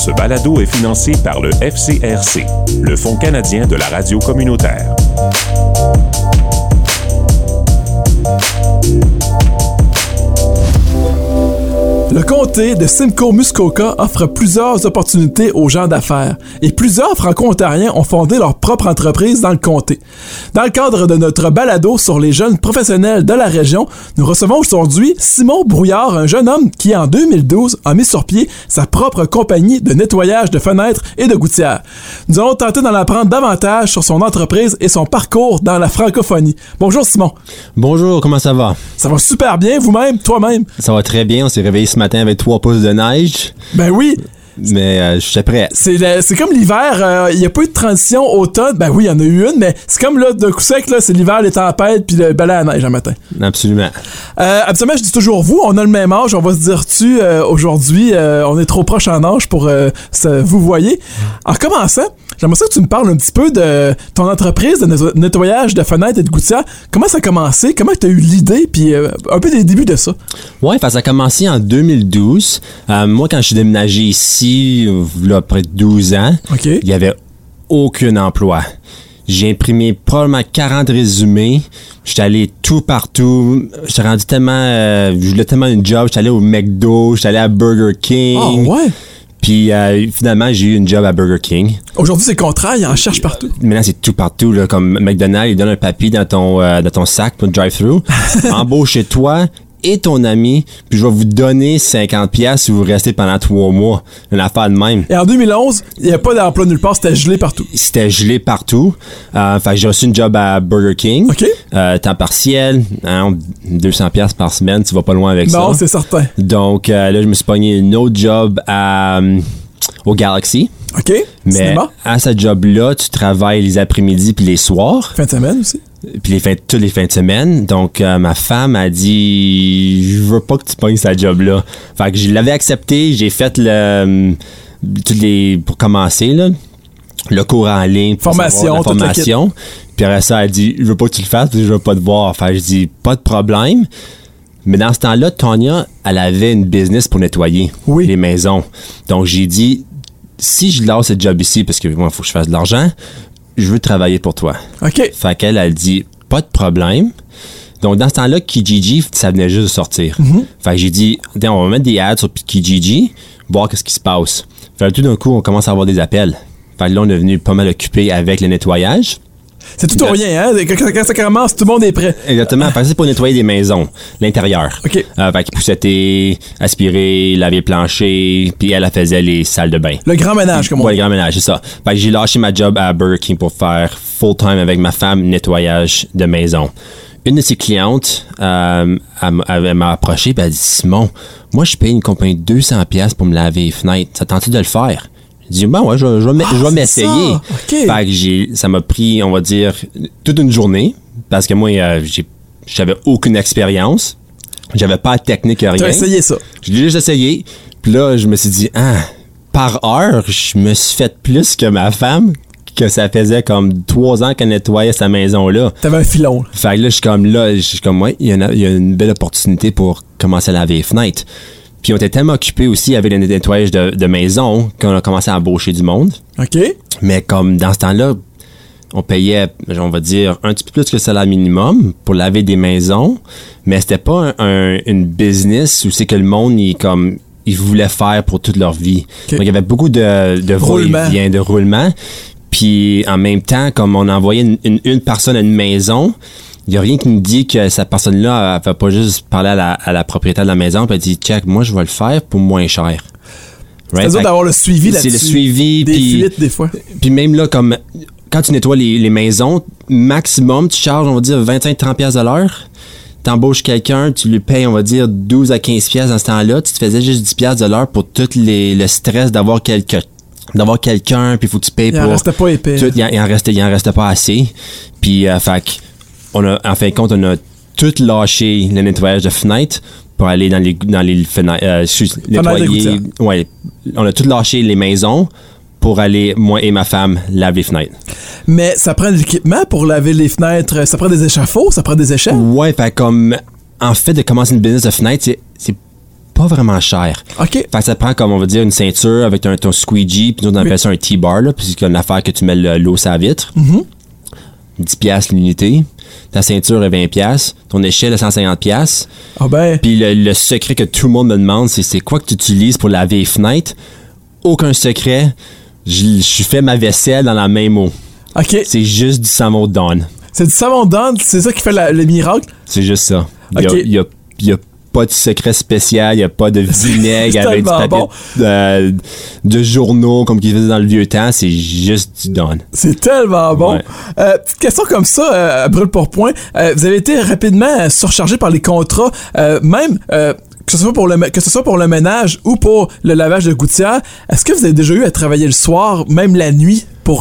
Ce balado est financé par le FCRC, le Fonds canadien de la radio communautaire. Le comté de Simcoe-Muskoka offre plusieurs opportunités aux gens d'affaires et plusieurs Franco-Ontariens ont fondé leur propre entreprise dans le comté. Dans le cadre de notre balado sur les jeunes professionnels de la région, nous recevons aujourd'hui Simon Brouillard, un jeune homme qui, en 2012, a mis sur pied sa propre compagnie de nettoyage de fenêtres et de gouttières. Nous allons tenter d'en apprendre davantage sur son entreprise et son parcours dans la francophonie. Bonjour Simon. Bonjour, comment ça va? Ça va super bien, vous-même, toi-même? Ça va très bien, on s'est réveillé ce matin avec 3 pouces de neige. Ben oui! Mais je suis prêt. C'est comme l'hiver, il n'y a pas eu de transition automne. Ben oui, il y en a eu une, mais c'est comme là, d'un coup sec, là, c'est l'hiver, les tempêtes, puis le balai à la neige un matin. Absolument. Absolument, je dis toujours vous, on a le même âge, on va se dire-tu aujourd'hui, on est trop proche en âge pour vous voyez. En commençant, j'aimerais ça que tu me parles un petit peu de ton entreprise de nettoyage de fenêtres et de gouttières. Comment ça a commencé? Comment tu as eu l'idée? Puis un peu des débuts de ça. Ouais, ça a commencé en 2012. Moi, quand je suis déménagé ici, là, près de 12 ans, okay. Il n'y avait aucun emploi. J'ai imprimé probablement 40 résumés. J'étais allé tout partout. J'étais rendu tellement... je voulais tellement une job. J'étais allé au McDo, j'étais allé à Burger King. Oh, ouais? Puis finalement, j'ai eu une job à Burger King. Aujourd'hui, c'est le contraire, ils en cherchent partout. Maintenant, c'est tout partout. Là, comme McDonald's, il donne un papier dans ton sac pour le drive-thru. Embauche-toi et ton ami, puis je vais vous donner 50$ si vous restez pendant 3 mois. Une affaire de même. Et en 2011, il n'y avait pas d'emploi nulle part, c'était gelé partout. C'était gelé partout. Fait que j'ai reçu une job à Burger King. OK. Temps partiel, 200$ par semaine, tu vas pas loin avec ça. Non, c'est certain. Donc là, je me suis pogné une autre job au Galaxy. OK. Mais cinéma. À ce job-là, tu travailles les après-midi puis les soirs. Fin de semaine aussi. Puis toutes les fins de semaine. Donc, ma femme a dit, je veux pas que tu pognes cette job-là. Fait que je l'avais accepté. J'ai fait pour commencer, là, le cours en ligne. Formation. Puis après ça, elle dit, je veux pas que tu le fasses parce que je veux pas te voir. Fait que je dis, pas de problème. Mais dans ce temps-là, Tonya, elle avait une business pour nettoyer les maisons. Donc, j'ai dit, si je lâche ce job ici, parce que moi, il faut que je fasse de l'argent, je veux travailler pour toi. OK. Fait qu'elle, elle dit, pas de problème. Donc, dans ce temps-là, Kijiji, ça venait juste de sortir. Mm-hmm. Fait que j'ai dit, on va mettre des ads sur Kijiji, voir qu'est-ce qui se passe. Fait que tout d'un coup, on commence à avoir des appels. Fait que là, on est devenu pas mal occupé avec le nettoyage. C'est tout ou rien, hein? Quand ça commence, tout le monde est prêt. Exactement. Fait que c'est pour nettoyer des maisons, l'intérieur. OK. Fait que poussetter, aspirer, laver le plancher, puis elle faisait les salles de bain. Le grand ménage, comme on dit. Ouais, le grand ménage, c'est ça. Fait que j'ai lâché ma job à Burger King pour faire full-time avec ma femme, nettoyage de maison. Une de ses clientes, elle m'a approché et elle a dit, Simon, moi, je paye une compagnie de 200$ pour me laver les fenêtres. Ça tente de le faire? J'ai dit, bon, ouais, je vais m'essayer. Okay. Fait que ça m'a pris, on va dire, toute une journée, parce que moi, j'avais aucune expérience. J'avais pas de technique, rien. T'as essayé ça? Je l'ai juste essayé. Puis là, je me suis dit, par heure, je me suis fait plus que ma femme, que ça faisait comme 3 ans qu'elle nettoyait sa maison-là. T'avais un filon. Fait que là, je suis comme, ouais, il y a une belle opportunité pour commencer à laver les fenêtres. Puis on était tellement occupés aussi avec le nettoyage de maison qu'on a commencé à embaucher du monde. OK. Mais comme dans ce temps-là, on payait, on va dire, un petit peu plus que le salaire minimum pour laver des maisons, mais c'était pas une business où c'est que le monde, il voulait faire pour toute leur vie. Okay. Donc il y avait beaucoup de va-et-vient, de roulement. Puis en même temps, comme on envoyait une personne à une maison, il n'y a rien qui nous dit que cette personne-là ne va pas juste parler à la propriétaire de la maison et dire « Check, moi, je vais le faire pour moins cher. » Right? C'est-à-dire d'avoir le suivi là-dessus. C'est le suivi. Des fuites, des fois. Puis même là, comme quand tu nettoies les maisons, maximum, tu charges, on va dire, 25-30$ à l'heure. Tu embauches quelqu'un, tu lui payes, on va dire, 12 à 15$ dans ce temps-là. Tu te faisais juste 10$ de l'heure pour tout le stress d'avoir quelqu'un, puis il faut que tu payes pour... Il en restait pas épais. Il en restait pas assez. Puis, fait en fin de compte, on a tout lâché le nettoyage de fenêtres pour aller dans les fenêtres, nettoyer. Ouais, on a tout lâché les maisons pour aller, moi et ma femme, laver les fenêtres. Mais ça prend de l'équipement pour laver les fenêtres. Ça prend des échafauds, ça prend des échelles. Ouais, fait comme, en fait, de commencer une business de fenêtres, c'est pas vraiment cher. OK. Fait que ça te prend, comme on va dire, une ceinture avec ton squeegee, puis nous, on appelle ça un T-bar, là, puis c'est une affaire que tu mets l'eau sur la vitre. 10$ l'unité. Ta ceinture est 20$. Ton échelle est 150$. Ah ben. Puis le secret que tout le monde me demande, c'est quoi que tu utilises pour laver les fenêtres? Aucun secret. Je fais ma vaisselle dans la même eau. OK. C'est juste du savon Dawn. C'est du savon Dawn, c'est ça qui fait le miracle? C'est juste ça. OK. Il y a pas de secret spécial, il n'y a pas de vinaigre avec du papier bon. de journaux comme qu'ils faisaient dans le vieux temps. C'est juste du Dawn. C'est tellement bon. Ouais. Petite question comme ça, à brûle pour point. Vous avez été rapidement surchargé par les contrats, même que ce soit pour le ménage ou pour le lavage de gouttière. Est-ce que vous avez déjà eu à travailler le soir, même la nuit, pour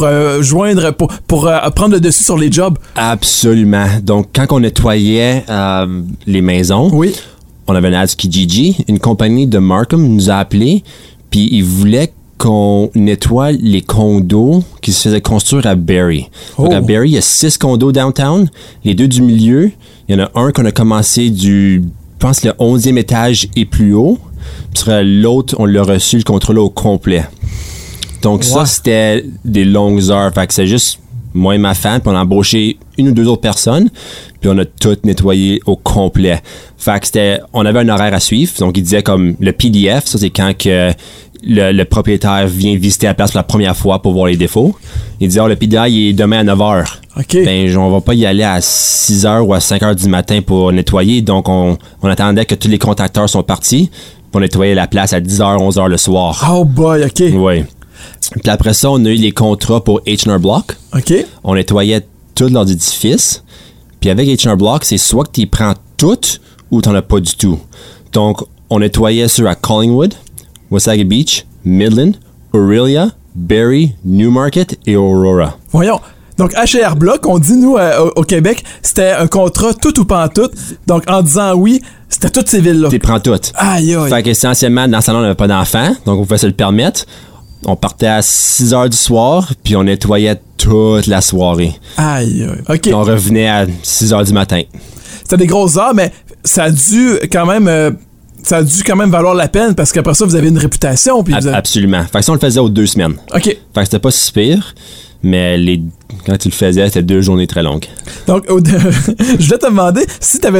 prendre le dessus sur les jobs? Absolument. Donc, quand on nettoyait les maisons, Oui. on avait un ad Kijiji, une compagnie de Markham nous a appelés, puis ils voulaient qu'on nettoie les condos qui se faisaient construire à Barrie. Donc, à Barrie, il y a 6 condos downtown. Les 2 du milieu, il y en a un qu'on a commencé je pense, le 11e étage et plus haut. Puis sur l'autre, on l'a reçu le contrat au complet. Donc, ça, c'était des longues heures. Fait que c'est juste moi et ma femme, puis on a embauché 1 ou 2 autres personnes, puis on a tout nettoyé au complet. Fait que on avait un horaire à suivre. Donc, il disait comme le PDF, ça, c'est quand que le propriétaire vient visiter la place pour la première fois pour voir les défauts. Il dit, le PDF, il est demain à 9h. OK. Ben, on va pas y aller à 6h ou à 5h du matin pour nettoyer. Donc, on attendait que tous les contracteurs sont partis pour nettoyer la place à 10h, 11h le soir. Oh boy, OK. Oui. Puis après ça, on a eu les contrats pour H&R Block. OK. On nettoyait tout leur édifice. Puis avec H&R Block, c'est soit que tu y prends toutes ou tu n'en as pas du tout. Donc, on nettoyait ceux à Collingwood, Wasaga Beach, Midland, Orillia, Barrie, Newmarket et Aurora. Voyons. Donc, H&R Block, on dit, nous, au Québec, c'était un contrat tout ou pas tout. Donc, en disant oui, c'était toutes ces villes-là. Tu les prends toutes. Aïe, aïe. Fait qu'essentiellement, dans le salon, on n'avait pas d'enfants, donc on pouvait se le permettre. On partait à 6h du soir, puis on nettoyait toute la soirée. Aïe, aïe. OK. Puis on revenait à 6h du matin. C'était des grosses heures, mais ça a dû quand même valoir la peine parce qu'après ça, vous avez une réputation. Puis Absolument. Fait que ça, on le faisait aux 2 semaines. OK. Fait que c'était pas si pire, mais quand tu le faisais, c'était 2 journées très longues. Donc, je voulais te demander si t'avais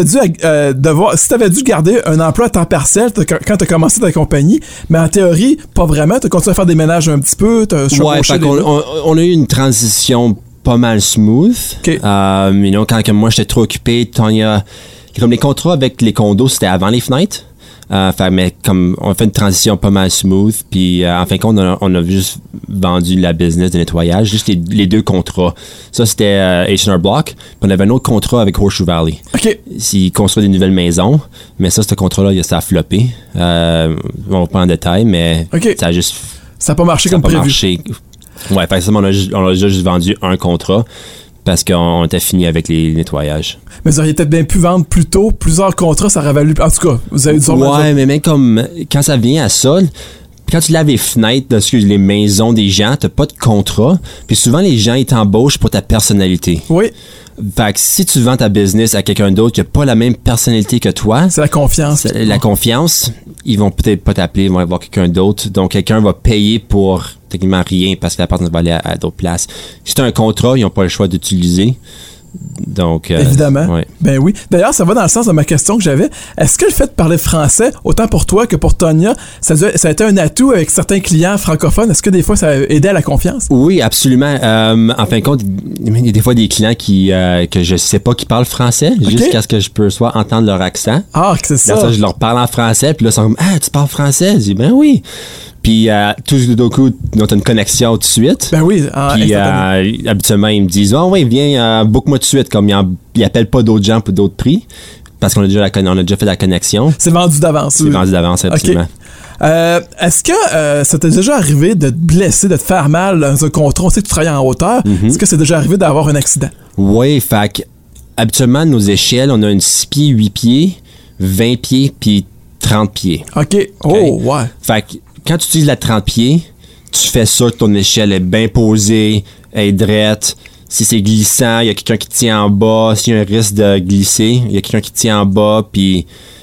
dû garder un emploi à temps partiel quand t'as commencé ta compagnie, mais en théorie, pas vraiment. T'as continué à faire des ménages un petit peu. Ouais, fait on a eu une transition pas mal smooth. OK. Quand moi, j'étais trop occupé, comme les contrats avec les condos, c'était avant les fenêtres. Mais comme on a fait une transition pas mal smooth, puis en fin de compte, on a juste vendu la business de nettoyage, juste les 2 contrats. Ça, c'était H&R Block, puis on avait un autre contrat avec Horseshoe Valley. OK. Ils construisent des nouvelles maisons, mais ça, ce contrat-là, ça a floppé. On va pas en détail, mais OK. ça a juste... Ça n'a pas marché comme prévu. Marché. Ouais, fait que on a juste vendu un contrat parce qu'on était fini avec les nettoyages. Mais vous auriez peut-être bien pu vendre plus tôt, plusieurs contrats, ça aurait valu... En tout cas, vous avez dû... Ouais, mais même comme... Quand ça vient à ça, quand tu laves les fenêtres de les maisons des gens, t'as pas de contrat. Puis souvent, les gens, ils t'embauchent pour ta personnalité. Oui. Fait que si tu vends ta business à quelqu'un d'autre qui a pas la même personnalité que toi... C'est la confiance. La confiance, ils vont peut-être pas t'appeler, ils vont aller voir quelqu'un d'autre. Donc, quelqu'un va payer pour techniquement rien parce que la personne va aller à d'autres places. Si tu as un contrat, ils n'ont pas le choix d'utiliser. Donc, évidemment. Ouais. Ben oui. D'ailleurs, ça va dans le sens de ma question que j'avais. Est-ce que le fait de parler français, autant pour toi que pour Tonya, ça a été un atout avec certains clients francophones? Est-ce que des fois, ça a aidé à la confiance? Oui, absolument. En fin de compte, il y a des fois des clients que je sais pas qui parlent français, jusqu'à ce que je peux soit entendre leur accent. Ah, c'est ça. Là, je leur parle en français, puis là, ils sont comme « Ah, tu parles français? » Je dis « Ben oui. » Puis, tout d'un coup, on a une connexion tout de suite. Ben oui. Puis, habituellement, ils me disent « Oh oui, viens, book-moi tout de suite. » Comme ils appellent pas d'autres gens pour d'autres prix. Parce qu'on a déjà fait la connexion. C'est vendu d'avance. C'est vendu d'avance, absolument. Okay. Est-ce que ça t'est déjà arrivé de te blesser, de te faire mal dans un contrat? On sait que tu travailles en hauteur. Mm-hmm. Est-ce que c'est déjà arrivé d'avoir un accident? Oui, fait que, habituellement, nos échelles, on a une 6 pieds, 8 pieds, 20 pieds, puis 30 pieds. OK. Oh, ouais. Fait que, quand tu utilises la 30 pieds, tu fais ça que ton échelle est bien posée, elle est droite. Si c'est glissant, il y a quelqu'un qui tient en bas. S'il y a un risque de glisser, il y a quelqu'un qui tient en bas, puis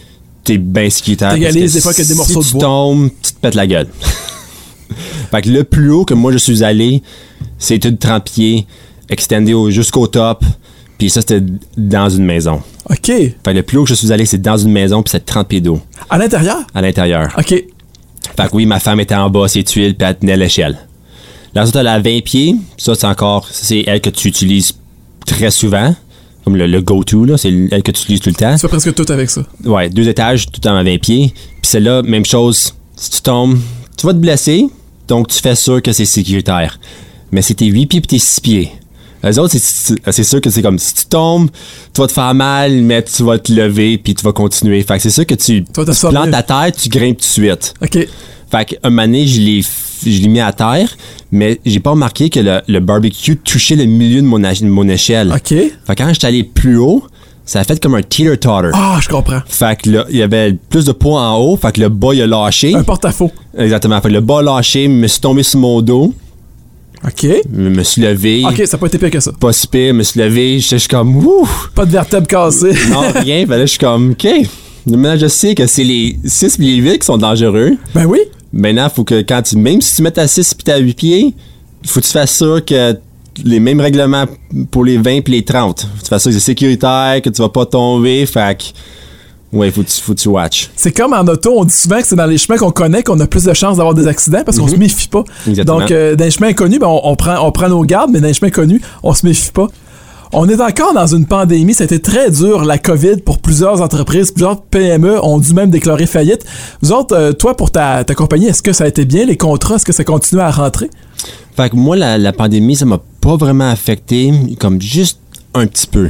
t'es bien sécuritaire. T'égalises des fois que des morceaux de bois. Si tu tombes, tu te pètes la gueule. Fait que le plus haut que moi je suis allé, c'est tout de 30 pieds, extendé jusqu'au top, puis ça c'était dans une maison. OK. Fait que le plus haut que je suis allé, c'est dans une maison, puis c'est 30 pieds d'eau. À l'intérieur? À l'intérieur. OK. Fait que oui, ma femme était en bas, ses tuiles, puis elle tenait l'échelle. Là, ça, à 20 pieds, ça c'est elle que tu utilises très souvent, comme le go-to, là, c'est elle que tu utilises tout le temps. Tu fais presque tout avec ça. Ouais, 2 étages, tout en 20 pieds. Puis celle-là, même chose, si tu tombes, tu vas te blesser, donc tu fais sûr que c'est sécuritaire. Mais c'est tes 8 pieds puis tes 6 pieds. Les autres, c'est sûr que c'est comme, si tu tombes, tu vas te faire mal, mais tu vas te lever puis tu vas continuer. Fait que c'est sûr que tu plantes à terre, tu grimpes tout de suite. OK. Fait qu'un moment donné, je l'ai mis à terre, mais j'ai pas remarqué que le barbecue touchait le milieu de mon échelle. OK. Fait que quand j'étais allé plus haut, ça a fait comme un teeter-totter. Ah, je comprends. Fait que là, il y avait plus de poids en haut, fait que le bas, il a lâché. Un porte-à-faux. Exactement. Fait que le bas a lâché, je me suis tombé sur mon dos. OK. Je me suis levé. OK, ça n'a pas été pire que ça. Pas si pire, je me suis levé, je suis comme, ouh! Pas de vertèbre cassée. Non, rien. Fait là, je suis comme, OK. Maintenant, je sais que c'est les 6 et les 8 qui sont dangereux. Ben oui. Maintenant, faut que même si tu mets à 6 puis à 8 pieds, faut que tu fasses sûr que les mêmes règlements pour les 20 et les 30. Faut que tu fasses sûr que c'est sécuritaire, que tu vas pas tomber. Fait que, ouais, faut que tu watch. C'est comme en auto, on dit souvent que c'est dans les chemins qu'on connaît qu'on a plus de chances d'avoir des accidents parce qu'on se méfie pas. Exactement. Donc, dans les chemins inconnus, ben, on prend nos gardes, mais dans les chemins connus, on se méfie pas. On est encore dans une pandémie. Ça a été très dur, la COVID, pour plusieurs entreprises. Plusieurs PME ont dû même déclarer faillite. Vous autres, toi, pour ta compagnie, est-ce que ça a été bien? Les contrats, est-ce que ça continue à rentrer? Fait que moi, la pandémie, ça m'a pas vraiment affecté, comme juste un petit peu.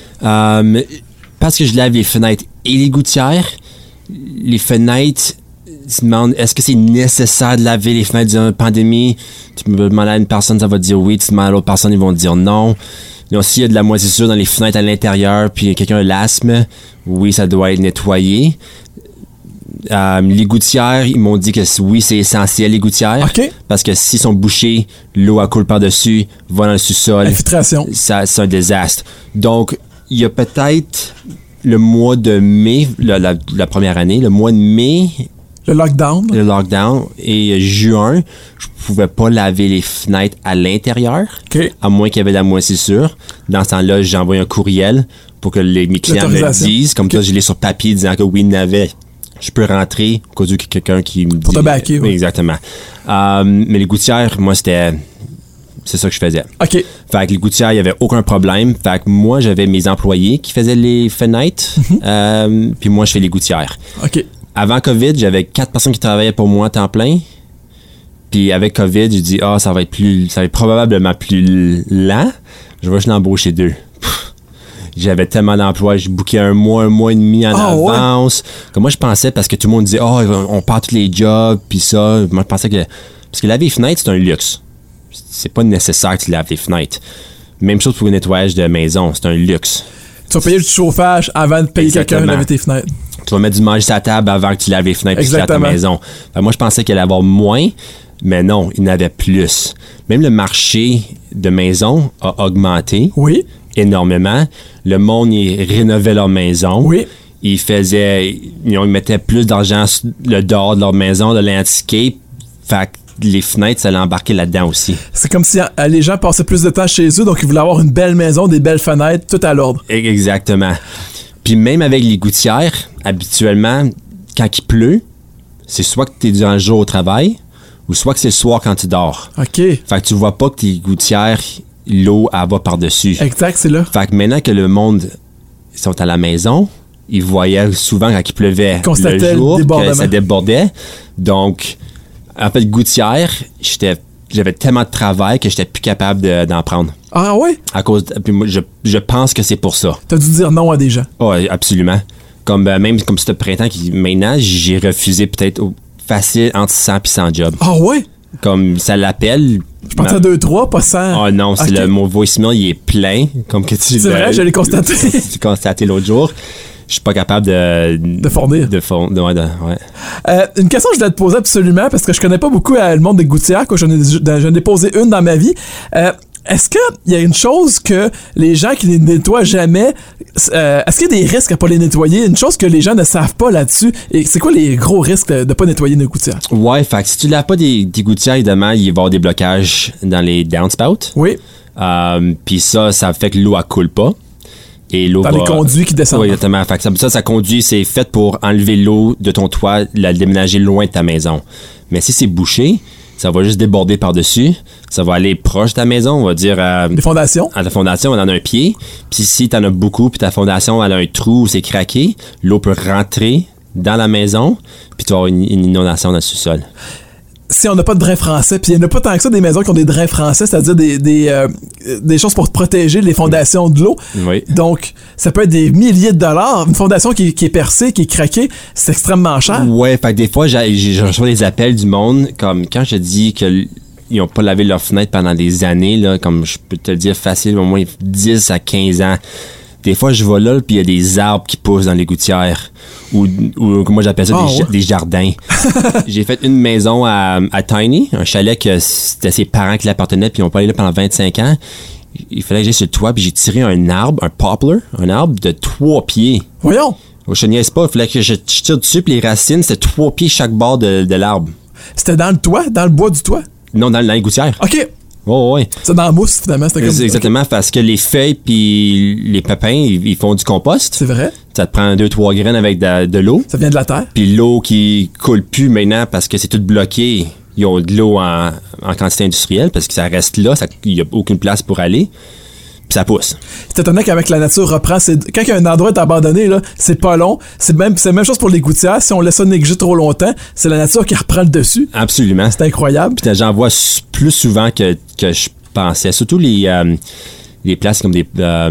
Parce que je lave les fenêtres et les gouttières, les fenêtres, tu te demandes, est-ce que c'est nécessaire de laver les fenêtres durant la pandémie? Tu peux demander à une personne, ça va te dire oui. Tu demandes à l'autre personne, ils vont te dire non. S'il y a de la moisissure dans les fenêtres à l'intérieur, puis quelqu'un a l'asthme, oui, ça doit être nettoyé. Les gouttières, ils m'ont dit que oui, c'est essentiel, les gouttières. OK. Parce que s'ils sont bouchés, l'eau elle coule par-dessus, va dans le sous-sol. Infiltration. C'est un désastre. Donc, il y a peut-être le mois de mai, la première année, le mois de mai... Le lockdown. Le lockdown. Et juin, je pouvais pas laver les fenêtres à l'intérieur. OK. À moins qu'il y avait de la moisissure. Dans ce temps-là, j'ai envoyé un courriel pour que mes clients me le disent. Comme ça, je l'ai sur papier disant que oui, il y en avait. Je peux rentrer au cas où quelqu'un qui me dit... Pour te backer, oui. Exactement. Mais les gouttières, moi, c'est ça que je faisais. OK. Fait que les gouttières, il n'y avait aucun problème. Fait que moi, j'avais mes employés qui faisaient les fenêtres. Puis moi, je fais les gouttières. OK. Avant COVID, j'avais 4 personnes qui travaillaient pour moi à temps plein. Puis avec COVID, j'ai dit, ça va être probablement plus lent. Je vais juste l'embaucher 2. J'avais tellement d'emplois, j'ai booké un mois et demi en avance. Ouais. Comme moi, je pensais, parce que tout le monde disait, on part tous les jobs, puis ça. Moi, je pensais que... Parce que laver les fenêtres, c'est un luxe. C'est pas nécessaire que tu laves les fenêtres. Même chose pour le nettoyage de maison, c'est un luxe. Tu vas payer du chauffage avant de payer quelqu'un de laver tes fenêtres. Tu vas mettre du manger sur la table avant que tu laves les fenêtres et tu laves ta maison. Moi, je pensais qu'il allait y avoir moins, mais non, il y en avait plus. Même le marché de maison a augmenté énormément. Le monde, il rénovait leur maison. Oui. Ils mettaient plus d'argent le dehors de leur maison, de landscape. Fait que les fenêtres, ça allait embarquer là-dedans aussi. C'est comme si les gens passaient plus de temps chez eux, donc ils voulaient avoir une belle maison, des belles fenêtres, tout à l'ordre. Exactement. Puis même avec les gouttières, habituellement, quand il pleut, c'est soit que tu es durant le jour au travail, ou soit que c'est le soir quand tu dors. OK. Fait que tu vois pas que tes gouttières, l'eau, elle va par-dessus. Exact, c'est là. Fait que maintenant que le monde sont à la maison, ils voyaient souvent quand il pleuvait le jour que ça débordait. Donc, en fait, gouttière, j'avais tellement de travail que j'étais plus capable d'en prendre. Ah ouais? Puis moi, je pense que c'est pour ça. T'as dû dire non à des gens. Oui, absolument. Même comme ce printemps, maintenant, j'ai refusé peut-être facile entre 100 et 100 jobs. Ah ouais? Comme ça l'appelle. Je pensais à 2-3, pas 100. Ah non, c'est mon voicemail, il est plein. Comme que tu c'est vrai, je l'ai constaté. Tu l'as constaté l'autre jour. Je suis pas capable de fournir. Ouais. Une question que je voulais te poser absolument, parce que je connais pas beaucoup le monde des gouttières, j'en ai posé une dans ma vie. Est-ce qu'il y a une chose que les gens qui les nettoient jamais, est-ce qu'il y a des risques à pas les nettoyer? Une chose que les gens ne savent pas là-dessus. Et c'est quoi les gros risques de pas nettoyer nos gouttières? Ouais, fait que si tu laves pas des gouttières, évidemment, il va y avoir des blocages dans les downspouts. Oui. Puis ça fait que l'eau, elle coule pas. Et l'eau Dans les conduits qui descendent. Oui, exactement. Fait que ça conduit, c'est fait pour enlever l'eau de ton toit, la déménager loin de ta maison. Mais si c'est bouché, ça va juste déborder par-dessus. Ça va aller proche de ta maison, on va dire... Les fondations? À la fondation, on en a un pied. Puis si t'en as beaucoup, puis ta fondation, elle a un trou où c'est craqué, l'eau peut rentrer dans la maison, puis tu vas avoir une inondation dans le sous-sol. Si on n'a pas de drain français, puis il n'y en a pas tant que ça des maisons qui ont des drains français, c'est-à-dire des choses pour protéger les fondations de l'eau. Oui. Donc, ça peut être des milliers de dollars. Une fondation qui est percée, qui est craquée, c'est extrêmement cher. Ouais, fait que des fois, je reçois des appels du monde, comme quand je dis qu'ils n'ont pas lavé leurs fenêtres pendant des années, là, comme je peux te le dire facile, au moins 10 à 15 ans. Des fois, je vais là, puis il y a des arbres qui poussent dans les gouttières. Ou moi, j'appelle ça des jardins. J'ai fait une maison à Tiny, un chalet que c'était ses parents qui l'appartenaient, puis ils ont pas allé là pendant 25 ans. Il fallait que j'aille sur le toit, puis j'ai tiré un arbre, un poplar, un arbre de 3 pieds. Voyons! Je niaise pas, il fallait que je tire dessus, puis les racines, c'était 3 pieds chaque bord de l'arbre. C'était dans le toit, dans le bois du toit? Non, dans les gouttières. OK. Oh, ouais. C'est dans la mousse, finalement. C'était comme... Exactement, parce que les feuilles puis les pépins, ils font du compost. C'est vrai. Ça te prend 2-3 graines avec de l'eau. Ça vient de la terre. Puis l'eau qui coule plus maintenant parce que c'est tout bloqué. Ils ont de l'eau en quantité industrielle parce que ça reste là, il n'y a aucune place pour aller. Puis ça pousse. C'est étonnant qu'avec la nature reprend, quand un endroit est abandonné, là, c'est pas long. C'est la même chose pour les gouttières. Si on laisse ça négliger trop longtemps, c'est la nature qui reprend le dessus. Absolument. C'est incroyable. Puis j'en vois plus souvent que je pensais. Surtout les places comme des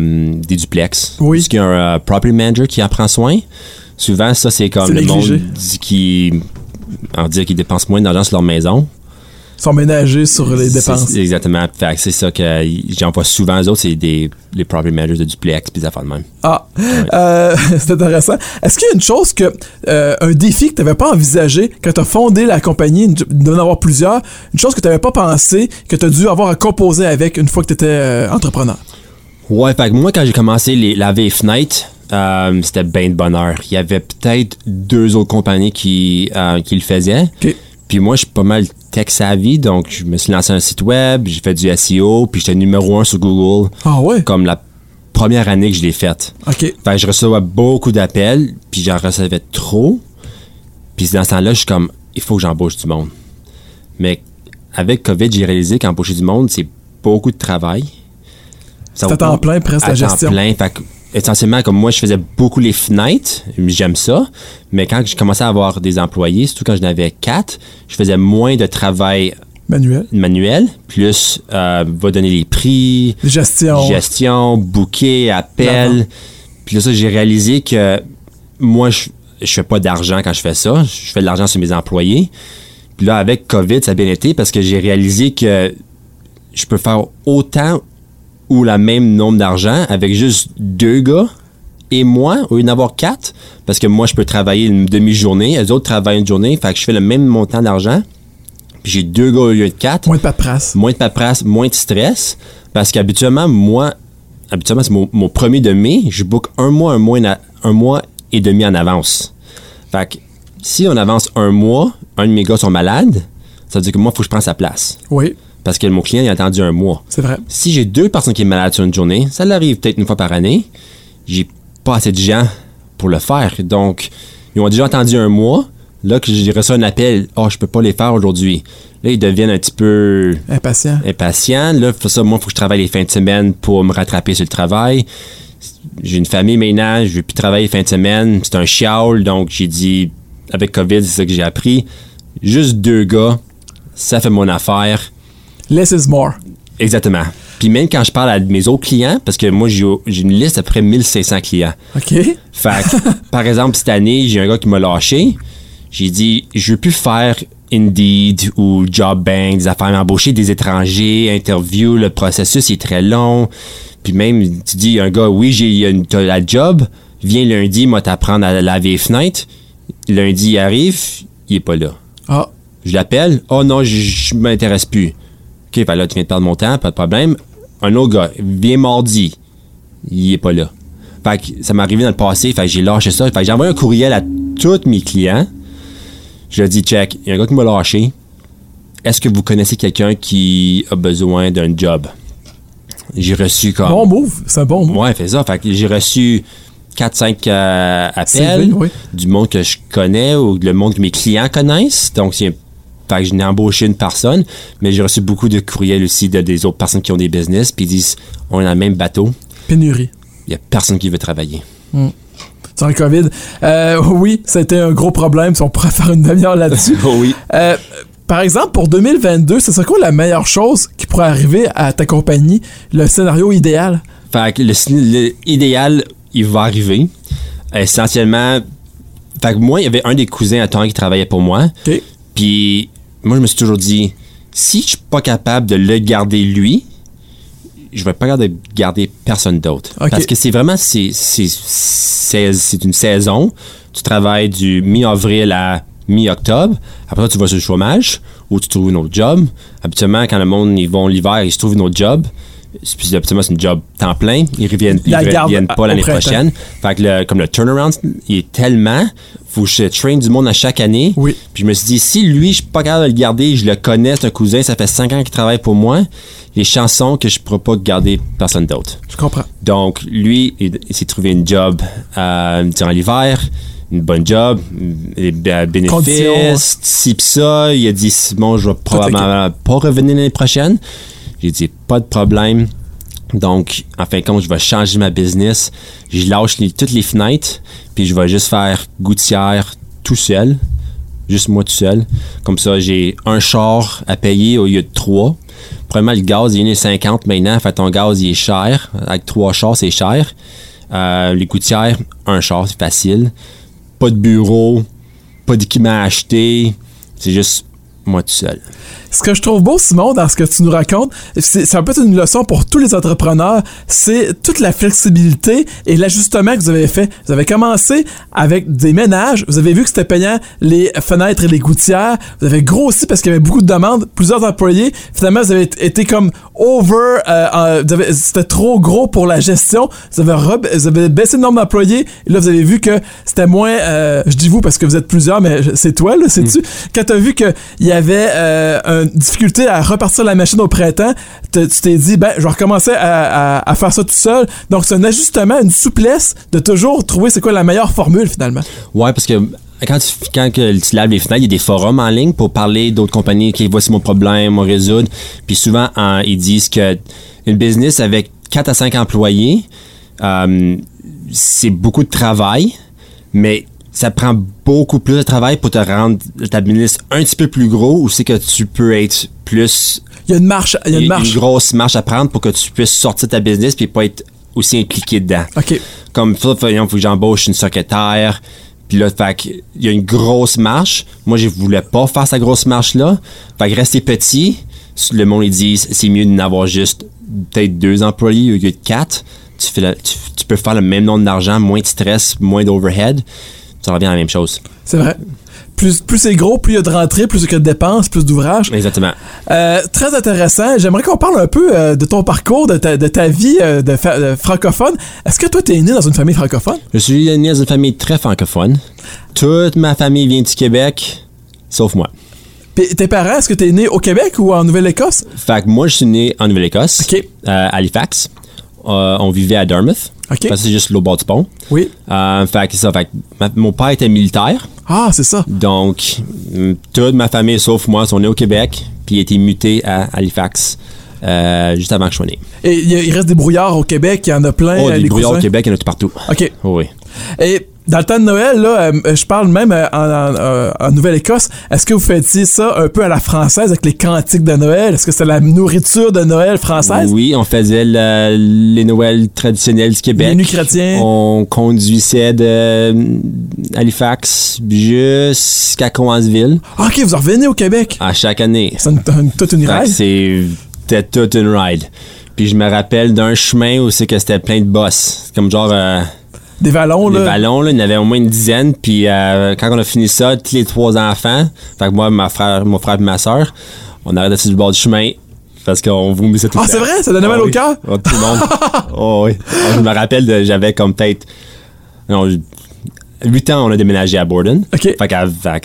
duplex. Oui. Parce qu'il y a un property manager qui en prend soin. Souvent, ça, c'est comme le monde qui dépense moins d'argent sur leur maison. Sont ménagés sur les dépenses. Exactement. Fait que c'est ça que j'en vois souvent. Eux autres, c'est les property managers de duplex puis des affaires de même. Ah, ouais. C'est intéressant. Est-ce qu'il y a une chose un défi que tu n'avais pas envisagé quand tu as fondé la compagnie, d'en avoir plusieurs, une chose que tu n'avais pas pensé, que tu as dû avoir à composer avec une fois que tu étais entrepreneur? Ouais, fait que moi, quand j'ai commencé laver les fenêtres, c'était bien de bonheur. Il y avait peut-être 2 autres compagnies qui le faisaient. OK. Puis moi, je suis pas mal tech-savvy, donc je me suis lancé un site web, j'ai fait du SEO, puis j'étais numéro 1 sur Google. Ah ouais? Comme la première année que je l'ai faite. OK. Fait que je recevais beaucoup d'appels, puis j'en recevais trop. Puis dans ce temps-là, je suis comme, il faut que j'embauche du monde. Mais avec COVID, j'ai réalisé qu'embaucher du monde, c'est beaucoup de travail. C'est à temps plein, presque la gestion. À temps plein, fait que essentiellement, comme moi, je faisais beaucoup les fenêtres, j'aime ça, mais quand je commençais à avoir des employés, surtout quand j'en avais 4, je faisais moins de travail manuel, plus va donner les prix, gestion, booker, appel. Puis là, ça, j'ai réalisé que moi, je fais pas d'argent quand je fais ça, je fais de l'argent sur mes employés. Puis là, avec COVID, ça a bien été parce que j'ai réalisé que je peux faire autant ou le même nombre d'argent avec juste 2 gars et moi, au lieu d'en avoir 4, parce que moi, je peux travailler une demi-journée, les autres travaillent une journée, fait que je fais le même montant d'argent, puis j'ai 2 gars au lieu de 4. Moins de paperasse. Moins de paperasse, moins de stress, parce qu'habituellement, c'est mon 1er de mai, je book un mois et demi en avance. Fait que si on avance un mois, un de mes gars sont malades, ça veut dire que moi, il faut que je prenne sa place. Oui. Parce que mon client, il a attendu un mois. C'est vrai. Si j'ai 2 personnes qui sont malades sur une journée, ça l'arrive peut-être une fois par année, j'ai pas assez de gens pour le faire. Donc, ils ont déjà attendu un mois. Là, que j'ai reçu un appel, « je peux pas les faire aujourd'hui. » Là, ils deviennent un petit peu... Impatients. Là, pour ça, moi, il faut que je travaille les fins de semaine pour me rattraper sur le travail. J'ai une famille maintenant, je veux plus travailler les fins de semaine. C'est un chial, donc j'ai dit, avec COVID, c'est ça que j'ai appris. Juste 2 gars, ça fait mon affaire. Less is more. Exactement. Puis même quand je parle à mes autres clients, parce que moi, j'ai une liste à peu près 1500 clients. OK. Fait que, par exemple, cette année, j'ai un gars qui m'a lâché. J'ai dit, je veux plus faire Indeed ou Job Bank, des affaires, embaucher des étrangers, interview, le processus est très long. Puis même, tu dis, un gars, oui, t'as la job, viens lundi, moi t'apprendre à laver les fenêtres. Lundi, il arrive, il est pas là. Ah. Je l'appelle, oh non, je m'intéresse plus. OK, ben là, tu viens de perdre mon temps, pas de problème. un autre gars, viens mardi. Il est pas là. Fait que ça m'est arrivé dans le passé, fait que j'ai lâché ça. Fait que j'ai envoyé un courriel à tous mes clients. Je leur ai dit, check, il y a un gars qui m'a lâché. Est-ce que vous connaissez quelqu'un qui a besoin d'un job? J'ai reçu comme... Bon move, c'est un bon move. Ouais, fais ça. Fait que j'ai reçu 4-5 appels CV, oui. du monde que je connais ou le monde que mes clients connaissent. Donc, fait que je n'ai embauché une personne, mais j'ai reçu beaucoup de courriels aussi des autres personnes qui ont des business, puis ils disent, on est dans le même bateau. Pénurie. Il n'y a personne qui veut travailler. Sur le COVID. Oui, ça a été un gros problème. Si on pourrait faire une demi-heure là-dessus. Oui. Par exemple, pour 2022, ce serait quoi la meilleure chose qui pourrait arriver à ta compagnie? Le scénario idéal? Fait que le idéal, il va arriver. Essentiellement, fait que moi, il y avait un des cousins à temps qui travaillait pour moi. OK. Puis moi, je me suis toujours dit, si je suis pas capable de le garder lui, je vais pas garder personne d'autre. Okay. Parce que c'est vraiment, c'est une saison. Tu travailles du mi-avril à mi-octobre. Après, tu vas sur le chômage ou tu trouves un autre job. Habituellement, quand le monde, ils vont l'hiver, ils se trouvent un autre job. Puis habituellement, c'est un job temps plein. Ils reviennent pas l'année prochaine. Fait que comme le turnaround, il est tellement... Faut que je train du monde à chaque année. Oui. Puis je me suis dit, si lui, je suis pas capable de le garder, je le connais, c'est un cousin, ça fait 5 ans qu'il travaille pour moi, les chances sont que je pourrais pas garder personne d'autre. Je comprends. Donc, lui, il s'est trouvé une job durant l'hiver, une bonne job, des bénéfices, ci pis ça. Il a dit, bon, je vais probablement pas revenir l'année prochaine. J'ai dit, pas de problème. Donc, en fin de compte, je vais changer ma business. Je lâche toutes les fenêtres, puis je vais juste faire gouttière tout seul. Juste moi tout seul. Comme ça, j'ai un char à payer au lieu de 3. Premièrement, le gaz, il est 50 maintenant. Fait ton gaz, il est cher. Avec 3 chars, c'est cher. Les gouttières, un char, c'est facile. Pas de bureau, pas d'équipement à acheter. C'est juste moi tout seul. Ce que je trouve beau, Simon, dans ce que tu nous racontes, c'est un peu une leçon pour tous les entrepreneurs, c'est toute la flexibilité et l'ajustement que vous avez fait. Vous avez commencé avec des ménages, vous avez vu que c'était payant les fenêtres et les gouttières, vous avez grossi parce qu'il y avait beaucoup de demandes, plusieurs employés, finalement vous avez été comme over, c'était trop gros pour la gestion, vous avez baissé le nombre d'employés et là vous avez vu que c'était moins, je dis vous parce que vous êtes plusieurs, mais c'est toi, là, sais-tu? Quand tu as vu qu'il y avait une difficulté à repartir la machine au printemps, tu t'es dit, ben, je vais recommencer à faire ça tout seul. Donc, c'est un ajustement, une souplesse de toujours trouver c'est quoi la meilleure formule, finalement. Ouais, parce que quand tu laves les fenêtres, il y a des forums en ligne pour parler d'autres compagnies. OK, voici mon problème, on résoudre. Puis souvent, ils disent que une business avec 4 à 5 employés, c'est beaucoup de travail, mais ça prend beaucoup plus de travail pour te rendre ta business un petit peu plus gros ou c'est que tu peux être plus... Il y a une marche. Il y a une grosse marche à prendre pour que tu puisses sortir ta business puis pas être aussi impliqué dedans. OK. Comme ça, il faut que j'embauche une secrétaire. Puis là, il y a une grosse marche. Moi, je voulais pas faire cette grosse marche-là. Fait que rester petit, le monde, ils disent, c'est mieux d'en avoir juste peut-être 2 employés au lieu de 4. Tu peux faire le même nombre d'argent, moins de stress, moins d'overhead. Ça revient à la même chose. C'est vrai. Plus c'est gros, plus il y a de rentrées, plus il y a de dépenses, plus d'ouvrages. Exactement. Très intéressant. J'aimerais qu'on parle un peu de ton parcours, de ta vie de francophone. Est-ce que toi, t'es né dans une famille francophone? Je suis né dans une famille très francophone. Toute ma famille vient du Québec, sauf moi. Puis tes parents, est-ce que t'es né au Québec ou en Nouvelle-Écosse? Fait que moi, je suis né en Nouvelle-Écosse, OK. À Halifax. On vivait à Dartmouth. OK. Parce que c'est juste l'autre bord du pont. Oui. Fait que c'est ça. Fait que mon père était militaire. Ah, c'est ça. Donc, toute ma famille, sauf moi, sont nés au Québec. Puis il a été muté à Halifax juste avant que je sois né. Et il reste des brouillards au Québec, il y en a plein. Des brouillards au Québec, il y en a tout partout. OK. Oui. Et dans le temps de Noël, là, je parle même en Nouvelle-Écosse, est-ce que vous fêtiez ça un peu à la française avec les cantiques de Noël? Est-ce que c'est la nourriture de Noël française? Oui, on faisait les Noëls traditionnels du Québec. Les nuits chrétiens. On conduisait de Halifax jusqu'à Cowansville. Ah, OK, vous revenez au Québec. À chaque année. C'est toute une ride. C'était toute une ride. Puis je me rappelle d'un chemin où c'est que c'était plein de bosses. C'est comme genre... Des vallons, là. Des vallons, là. Il y en avait au moins une dizaine. Puis quand on a fini ça, tous les 3 enfants, fait que moi, mon frère et ma soeur, on arrêtait sur le bord du chemin, Parce qu'on vomissait tout le temps. Ah, c'est vrai? Ça donnait mal au cœur? Oh, tout le monde. Oh, oui. Je me rappelle, j'avais comme peut-être... Non, 8 ans, on a déménagé à Borden. OK. Fait qu'à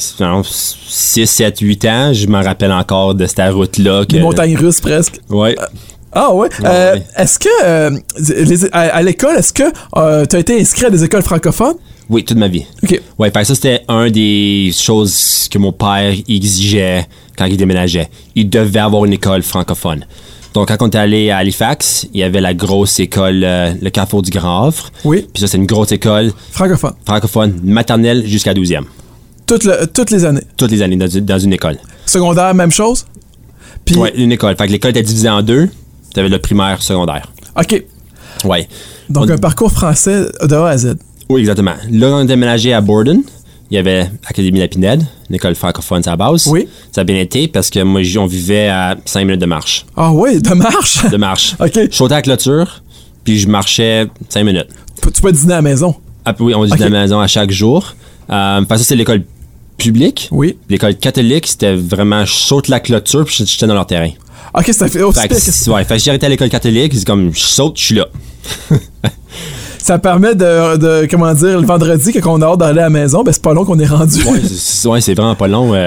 6, 7, 8 ans, je me rappelle encore de cette route-là. Des montagnes russes, presque. Ouais. Ah ouais. Ouais. Est-ce que à l'école, est-ce que tu as été inscrit à des écoles francophones? Oui, toute ma vie. OK. Ouais, fait que ça, c'était un des choses que mon père exigeait quand il déménageait. Il devait avoir une école francophone. Donc, quand on était allé à Halifax, il y avait la grosse école, le Carrefour du Grand Havre. Oui. Puis ça, c'est une grosse école Francophone. francophone, maternelle jusqu'à 12e. Toutes les années. Toutes les années dans une école. Secondaire, même chose? Puis, Ouais, une école. Fait que l'école était divisée en deux. T'avais le primaire, secondaire. OK. Ouais. Donc, un parcours français de A à Z. Oui, exactement. Là, on a déménagé à Borden. Il y avait l'Académie La Pinède, une école francophone à la base. Oui. Ça a bien été parce que moi, on vivait à 5 minutes de marche. Ah oui, de marche? De marche. OK. Je sautais à la clôture, puis je marchais 5 minutes. Tu peux dîner à la maison? Ah, oui, on dit OK. de la maison à chaque jour. Parce que ça, c'est l'école publique. Oui. L'école catholique, c'était vraiment, je saute la clôture, puis j'étais dans leur terrain. OK, ça fait aussi Fait pire que, que ça. ouais, fait que j'ai arrêté à l'école catholique, c'est comme, je saute, je suis là. Ça permet de comment dire, le vendredi, quand on a hâte d'aller à la maison, ben c'est pas long qu'on est rendu. Ouais, c'est vraiment pas long.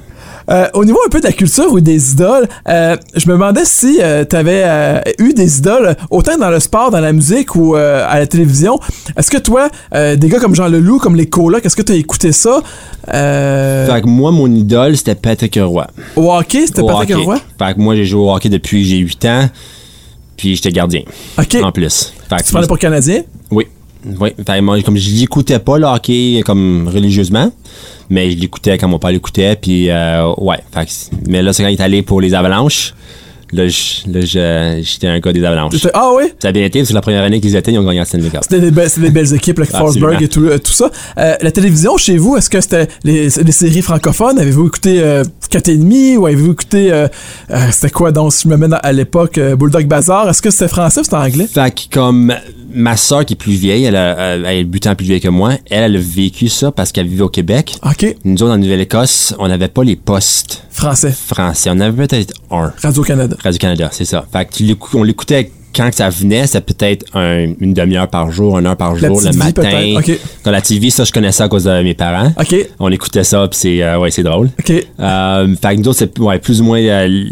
Au niveau un peu de la culture ou des idoles, je me demandais si t'avais eu des idoles, autant dans le sport, dans la musique ou à la télévision. Est-ce que toi, des gars comme Jean Leloup, comme les colocs, est-ce que t'as écouté ça? Fait que moi, mon idole, c'était Patrick Roy. Au hockey, c'était Au Patrick hockey. Roy? Fait que moi, j'ai joué au hockey depuis que j'ai 8 ans, puis j'étais gardien. OK. En plus. Fait que Tu parlais pour le Canadien? Oui. Oui. Fait que moi, comme je l'écoutais pas, le hockey, comme religieusement, mais je l'écoutais quand mon père l'écoutait, puis ouais. Fait que, mais là, c'est quand il est allé pour les Avalanches. Là, j'étais un gars des Avalanches. Ah oui? Ça a bien été, parce que la première année qu'ils étaient, ils ont gagné la Stanley Cup. C'était des belles équipes, là, Forsberg et tout ça. La télévision, chez vous, est-ce que c'était les séries francophones? Avez-vous écouté 4,5 ou avez-vous écouté... c'était quoi, donc, si je me mets à l'époque, Bulldog Bazaar? Est-ce que c'était français ou c'était anglais? Fait que comme ma soeur qui est plus vieille, elle est 8 ans plus vieille que moi, elle a vécu ça parce qu'elle vivait au Québec. OK. Nous autres, en Nouvelle-Écosse, on n'avait pas les postes Français. français. On avait peut-être un. Radio-Canada. Radio-Canada, c'est ça. Fait que on l'écoutait quand que ça venait, c'était peut-être une demi-heure par jour, 1 heure par jour, le petite vie, matin. peut-être. OK. Quand la TV, ça, je connaissais à cause de mes parents. OK. On écoutait ça, puis c'est drôle. OK. Fait que nous autres, c'est plus ou moins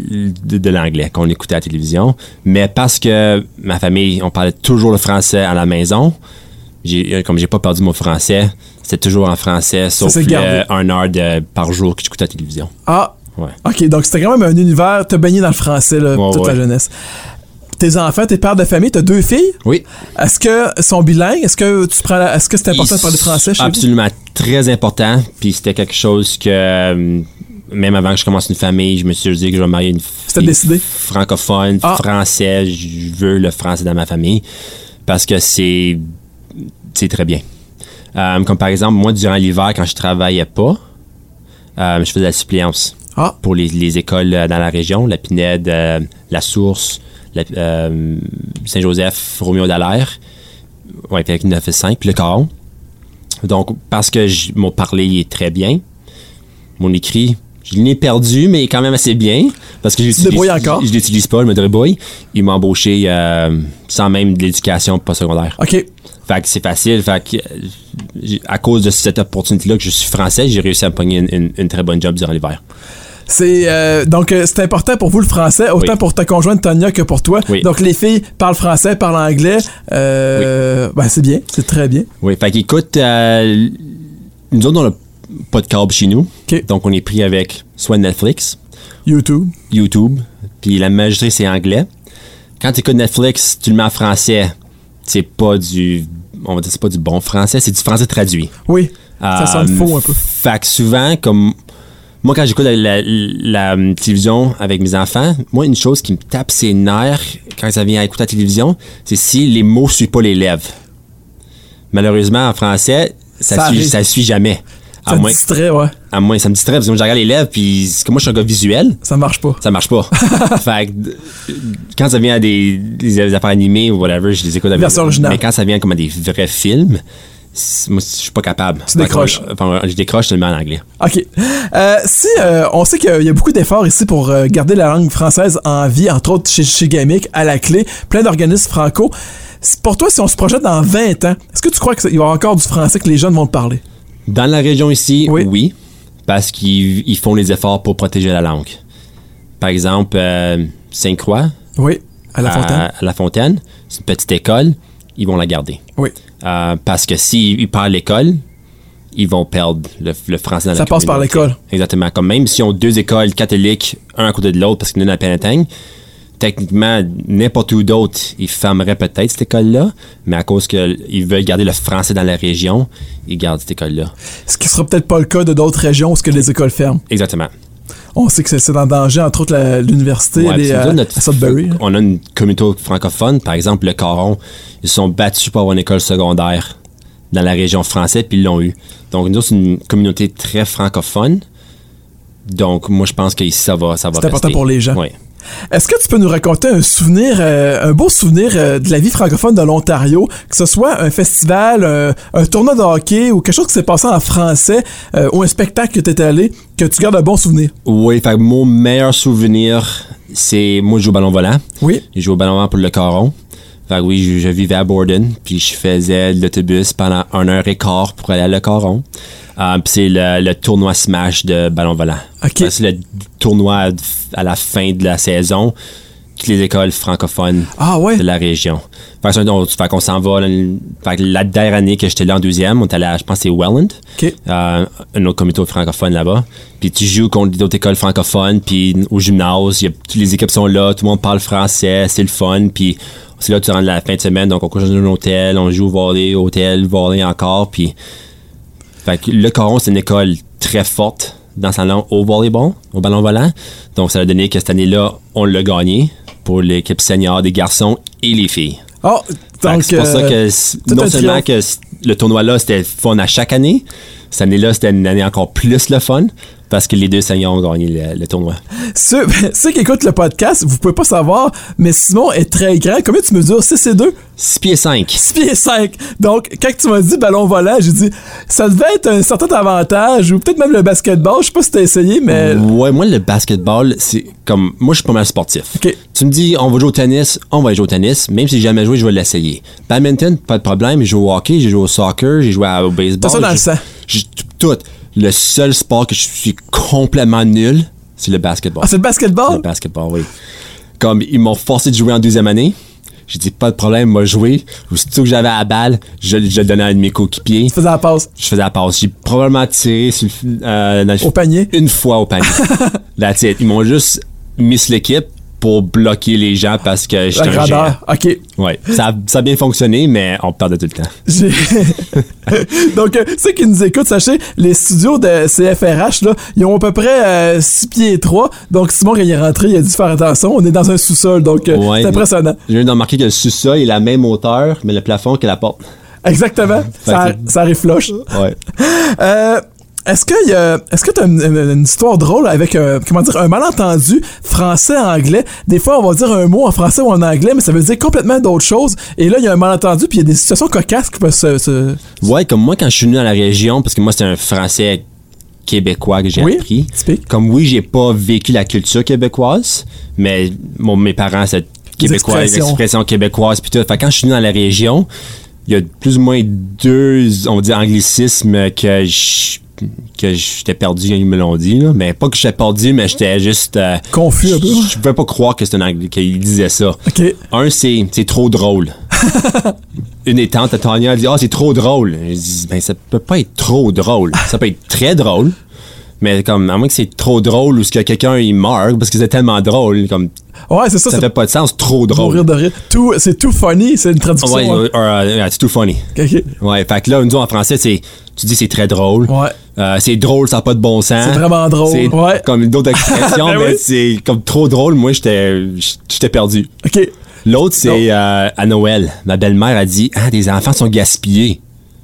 de l'anglais qu'on écoutait à la télévision. Mais parce que ma famille, on parlait toujours le français à la maison, comme j'ai pas perdu mon français, c'était toujours en français, sauf s'est gardé. 1 heure par jour que j'écoutais à la télévision. Ah. Ouais. OK, donc c'était quand même un univers, t'as baigné dans le français, là, toute ta jeunesse. Tes enfants, tes pères de famille, t'as 2 filles? Oui. Est-ce que sont bilingues? Est-ce que c'est important de parler français chez vous? Absolument, très important. Puis c'était quelque chose que, même avant que je commence une famille, je me suis dit que je vais marier une fille décidé? francophone, français. Je veux le français dans ma famille parce que c'est très bien. Comme par exemple, moi, durant l'hiver, quand je travaillais pas, je faisais de la suppléance pour les écoles dans la région, la Pinède, la Source, Saint-Joseph, Roméo Dallaire, ouais, puis avec 9 et 5, puis le Caron. Donc, parce que mon parler il est très bien, mon écrit, je l'ai perdu, mais quand même assez bien, parce que je l'utilise pas, je me débrouille. Il m'a embauché sans même de l'éducation postsecondaire. OK. Fait que c'est facile. Fait que, à cause de cette opportunité-là que je suis français, j'ai réussi à me pogner une très bonne job durant l'hiver. Donc, c'est important pour vous le français, autant pour ta conjointe Tonya que pour toi. Oui. Donc, les filles parlent français, parlent anglais. Ben, c'est bien, c'est très bien. Oui, fait qu'écoute, nous autres, on n'a pas de câble chez nous. Okay. Donc, on est pris avec soit Netflix, YouTube, puis la majorité, c'est anglais. Quand tu écoutes Netflix, tu le mets en français, c'est pas du bon français, c'est du français traduit. Oui, ça sonne faux un peu. Fait que souvent, comme moi, quand j'écoute la télévision avec mes enfants, moi, une chose qui me tape ses nerfs quand ça vient à écouter la télévision, c'est si les mots ne suivent pas les lèvres. Malheureusement, en français, ça suit jamais. Ça me distrait, ouais. À moi, ça me distrait parce que moi, je regarde les lèvres, puis comme moi, je suis un gars visuel. Ça marche pas. Ça marche pas. Fait que, quand ça vient à des affaires animées ou whatever, je les écoute avec. Version originale. Mais quand ça vient comme à des vrais films, moi, je suis pas capable. Tu décroches. Je décroche seulement en anglais. OK. On sait qu'il y a beaucoup d'efforts ici pour garder la langue française en vie, entre autres chez Gamic, à la clé, plein d'organismes franco. Pour toi, si on se projette dans 20 ans, est-ce que tu crois qu'il y aura encore du français que les jeunes vont te parler? Dans la région ici, oui, parce qu'ils font les efforts pour protéger la langue. Par exemple, Sainte-Croix. Oui, à La Fontaine. À La Fontaine, c'est une petite école, ils vont la garder. Oui. Parce que s'ils parlent l'école, ils vont perdre le français dans la communauté. Ça passe par l'école. Exactement. Comme même s'ils ont 2 écoles catholiques, un à côté de l'autre, parce qu'il y en a à Penetang, techniquement, n'importe où d'autre, ils fermeraient peut-être cette école-là, mais à cause qu'ils veulent garder le français dans la région, ils gardent cette école-là. Ce qui sera peut-être pas le cas de d'autres régions où que les écoles ferment. Exactement. On sait que c'est en danger, entre autres l'université à Sudbury. On a une communauté francophone, par exemple le Coron, ils se sont battus pour avoir une école secondaire dans la région française, puis ils l'ont eu. Donc nous, c'est une communauté très francophone. Donc moi, je pense qu'ici, ça va c'est rester. important pour les gens. Oui. Est-ce que tu peux nous raconter un souvenir, un beau souvenir de la vie francophone de l'Ontario, que ce soit un festival, un tournoi de hockey ou quelque chose qui s'est passé en français ou un spectacle que tu étais allé, que tu gardes un bon souvenir? Oui, fait que mon meilleur souvenir, c'est moi je joue au ballon volant. Oui. Je joue au ballon volant pour le Coron. Fait que oui, je vivais à Borden, puis je faisais l'autobus pendant 1h15 pour aller à le Coron. Puis c'est le tournoi Smash de ballon volant. Okay. C'est le tournoi à la fin de la saison. Toutes les écoles francophones de la région. Fait qu'on s'en va. Fait que la dernière année que j'étais là en 2e, on est allé à, je pense que c'est Welland. Okay. Un autre comité francophone là-bas. Puis tu joues contre d'autres écoles francophones, puis au gymnase, toutes les équipes sont là, tout le monde parle français, c'est le fun. Puis c'est là durant la fin de semaine, donc on couche dans un hôtel, on joue au volley encore, puis fait que le Coron, c'est une école très forte dans sa langue au volleyball, au ballon volant. Donc, ça a donné que cette année-là, on l'a gagné pour l'équipe senior des garçons et les filles. Oh, donc c'est pour ça que non seulement que le tournoi-là, c'était fun à chaque année, cette année-là, c'était une année encore plus le fun parce que les 2 seniors ont gagné le tournoi. Ceux qui écoutent le podcast, vous pouvez pas savoir, mais Simon est très grand. Combien tu mesures? 6 et 2? 6 pieds 5. 6 pieds 5. Donc, quand tu m'as dit ballon volant, j'ai dit, ça devait être un certain avantage, ou peut-être même le basketball. Je sais pas si t'as essayé, mais... Ouais, moi, le basketball, c'est comme... Moi, je suis pas mal sportif. Okay. Tu me dis, on va jouer au tennis, on va jouer au tennis. Même si j'ai jamais joué, je vais l'essayer. Badminton, pas de problème. J'ai joué au hockey, j'ai joué au soccer, j'ai joué au baseball. T'as ça dans le sang. J'ai tout. Le seul sport que je suis complètement nul, c'est le basketball. Ah, c'est le basketball? Le basketball, oui. Comme ils m'ont forcé de jouer en 2e année, j'ai dit pas de problème, moi jouer. Aussitôt que j'avais la balle, je le donnais à un de mes coéquipiers. Tu faisais la passe? Je faisais la passe. J'ai probablement tiré au panier? Une fois au panier. That's it. Ils m'ont juste mis sur l'équipe pour bloquer les gens parce que j'étais un géant. OK. Ouais. Ça a bien fonctionné, mais on perdait tout le temps. Donc, ceux qui nous écoutent, sachez, les studios de CFRH, là, ils ont à peu près 6 pieds 3. Donc, Simon, quand il est rentré, il a dû faire attention. On est dans un sous-sol, donc c'est impressionnant. J'ai viens de remarquer que le sous-sol est la même hauteur, mais le plafond que la porte. Exactement. Ça arrive flush. Ouais. Est-ce que tu as une histoire drôle avec un malentendu français-anglais? Des fois, on va dire un mot en français ou en anglais, mais ça veut dire complètement d'autres choses. Et là, il y a un malentendu, puis il y a des situations cocasses qui peuvent se... Ouais, comme moi, quand je suis venu dans la région, parce que moi, c'est un français québécois que j'ai appris. Typique. Comme j'ai pas vécu la culture québécoise, mais mes parents, c'est québécois, les expressions québécoises, puis tout. Fait quand je suis venu dans la région, il y a plus ou moins 2, on va dire, anglicismes que j'étais perdu, ils me l'ont dit, là. Mais pas que j'étais perdu, mais j'étais juste... confus un peu. Je pouvais pas croire que c'était un anglais, qu'il disait ça. Okay. Un, c'est trop drôle. Une des tantes à Tania, elle dit « Ah, c'est trop drôle. » Je dis « Ben, ça peut pas être trop drôle. Ça peut être très drôle. Mais comme, à moins que c'est trop drôle ou que quelqu'un, il meurt parce que c'est tellement drôle, comme... Ouais, c'est ça. Ça fait pas de sens, trop drôle. Mourir de rire. C'est too funny, c'est une traduction. Ouais, c'est too funny. Okay. Ouais, fait que là, nous, en français, tu dis c'est très drôle. Ouais. C'est drôle, ça n'a pas de bon sens. C'est vraiment drôle. C'est ouais. Comme d'autres expressions, ben mais oui. c'est comme trop drôle. Moi, j'étais perdu. OK. L'autre, c'est à Noël. Ma belle-mère a dit « Ah, des enfants sont gaspillés. »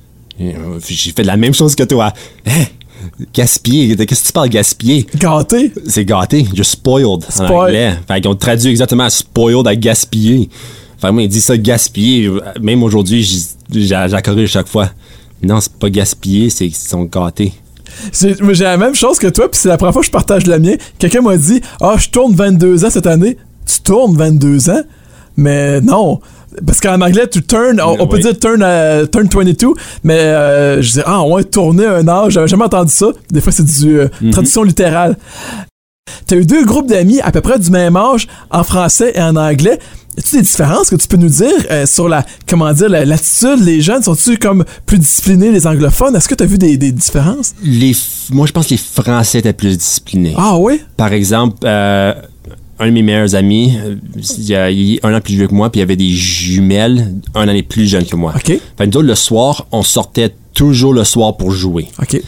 J'ai fait la même chose que toi. Hein? Gaspiller, qu'est-ce que tu parles gaspiller? Gâté? C'est gâté, just spoiled en anglais. Fait qu'ils ont traduit exactement spoiled à gaspiller. Fait moi, il dit ça gaspiller. Même aujourd'hui, j'ai corrigé chaque fois. Non, c'est pas gaspillé, c'est qu'ils sont gâtés. J'ai la même chose que toi, puis c'est la première fois que je partage le mien. Quelqu'un m'a dit « Ah, je tourne 22 ans cette année. » Tu tournes 22 ans? Mais non. Parce qu'en anglais, tu turn, on peut dire turn 22, mais je disais, ouais, tourner un âge, j'avais jamais entendu ça. Des fois, c'est du traduction littérale. T'as eu 2 groupes d'amis à peu près du même âge, en français et en anglais. As-tu des différences que tu peux nous dire sur l'attitude? Les jeunes, sont-tu comme plus disciplinés, les anglophones? Est-ce que tu as vu des différences? Moi, je pense que les Français étaient plus disciplinés. Ah oui? Par exemple, un de mes meilleurs amis, il a 1 an plus vieux que moi, puis il y avait des jumelles 1 année plus jeune que moi. OK. Fait que nous autres, le soir, on sortait toujours le soir pour jouer. OK.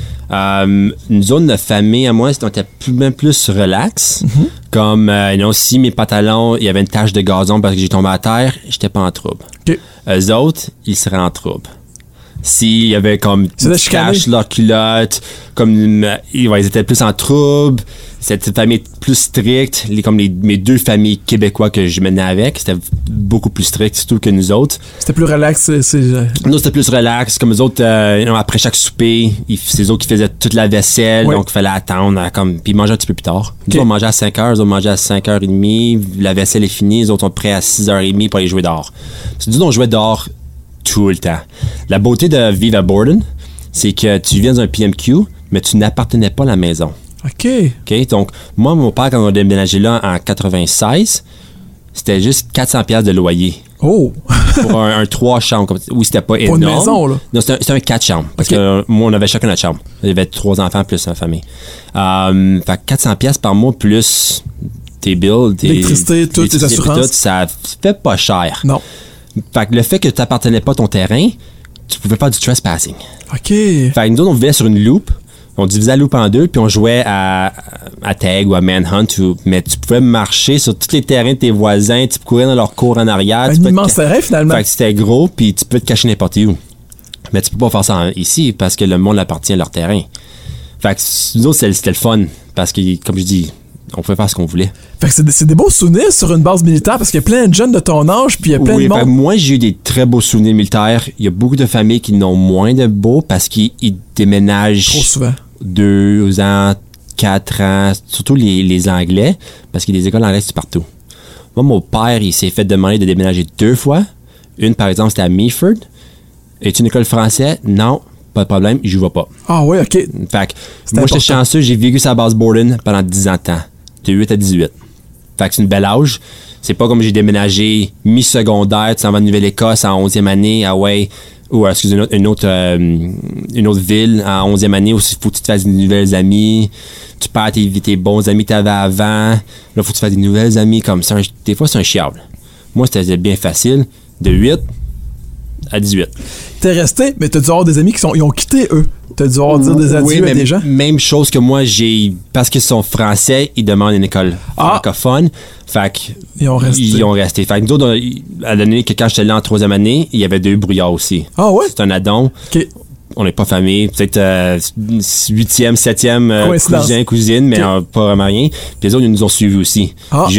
Nous autres, notre famille, à moi, on était même plus relax. Comme, si mes pantalons, il y avait une tache de gazon parce que j'ai tombé à terre, j'étais pas en trouble. OK. Eux autres, ils seraient en trouble. S'il y avait comme une tache sur leur culotte, comme ils étaient plus en trouble. Cette famille plus stricte, mes 2 familles québécois que je menais avec, c'était beaucoup plus strict, surtout que nous autres. C'était plus relax. Nous, c'était plus relax. Comme eux autres, après chaque souper, c'est eux autres qui faisaient toute la vaisselle, donc il fallait attendre. Puis ils mangeaient un petit peu plus tard. Nous, on mangeait à 5h, eux autres mangeaient à 5h30. La vaisselle est finie, les autres sont prêts à 6h30 pour aller jouer dehors. Nous, on jouait dehors tout le temps. La beauté de vivre à Borden, c'est que tu viens dans un PMQ, mais tu n'appartenais pas à la maison. OK. Donc, moi, mon père, quand on a déménagé là en 96, c'était juste 400$ de loyer. Oh! Pour un 3 chambres. Oui, c'était pas énorme. Pour une maison, là? Non, c'était un 4 chambres. Parce que moi, on avait chacun notre chambre. Il y avait 3 enfants plus la famille. Fait 400$ par mois plus tes bills, l'électricité, toutes tes assurances. Tout, ça fait pas cher. Non. Fait que le fait que tu n'appartenais pas à ton terrain, tu pouvais faire du trespassing. OK. Fait que nous, on vivait sur une loupe. On divisait la loupe en 2, puis on jouait à tag ou à manhunt. Mais tu pouvais marcher sur tous les terrains de tes voisins, tu courais dans leur cour en arrière. Un immense terrain, finalement. Fait que c'était gros, puis tu peux te cacher n'importe où. Mais tu peux pas faire ça ici, parce que le monde appartient à leur terrain. Fait que nous autres, c'était le fun, parce que, comme je dis, on pouvait faire ce qu'on voulait. Fait que c'est des beaux souvenirs sur une base militaire, parce qu'il y a plein de jeunes de ton âge, puis il y a plein de monde. Fait que moi, j'ai eu des très beaux souvenirs militaires. Il y a beaucoup de familles qui n'ont moins de beaux, parce qu'ils déménagent... Trop souvent. 2 ans, 4 ans, surtout les Anglais, parce qu'il y a des écoles anglaises partout. Moi, mon père, il s'est fait demander de déménager 2 fois. Une, par exemple, c'était à Meaford. Es-tu une école française? Non, pas de problème, je vais pas. Ah oui, OK. Fait que moi, j'étais chanceux, j'ai vécu sur la base Borden pendant 10 ans de temps, de 8 à 18. Fait que c'est une belle âge. C'est pas comme j'ai déménagé mi-secondaire, tu s'en vas de Nouvelle-Écosse en 11e année, ou une autre ville en 11e année où il faut que tu te fasses des nouvelles amies, tu perds tes bons amis que tu avais avant, là il faut que tu fasses des nouvelles amies comme ça. Des fois c'est un chiable. Moi c'était bien facile, de 8 à 18. T'es resté, mais t'as dû avoir des amis ils ont quitté eux. T'as dû avoir dire des adieux à des gens. Même chose que moi, parce qu'ils sont français, ils demandent une école francophone. Fait qu'ils ont resté. Fait que nous autres, à donné que quand j'étais là en 3e année, il y avait 2 brouillards aussi. Ah ouais? C'est un addon. OK. On n'est pas famille. Peut-être 8e, 7e cousin, cousine, mais pas vraiment rien. Puis les autres, ils nous ont suivis aussi.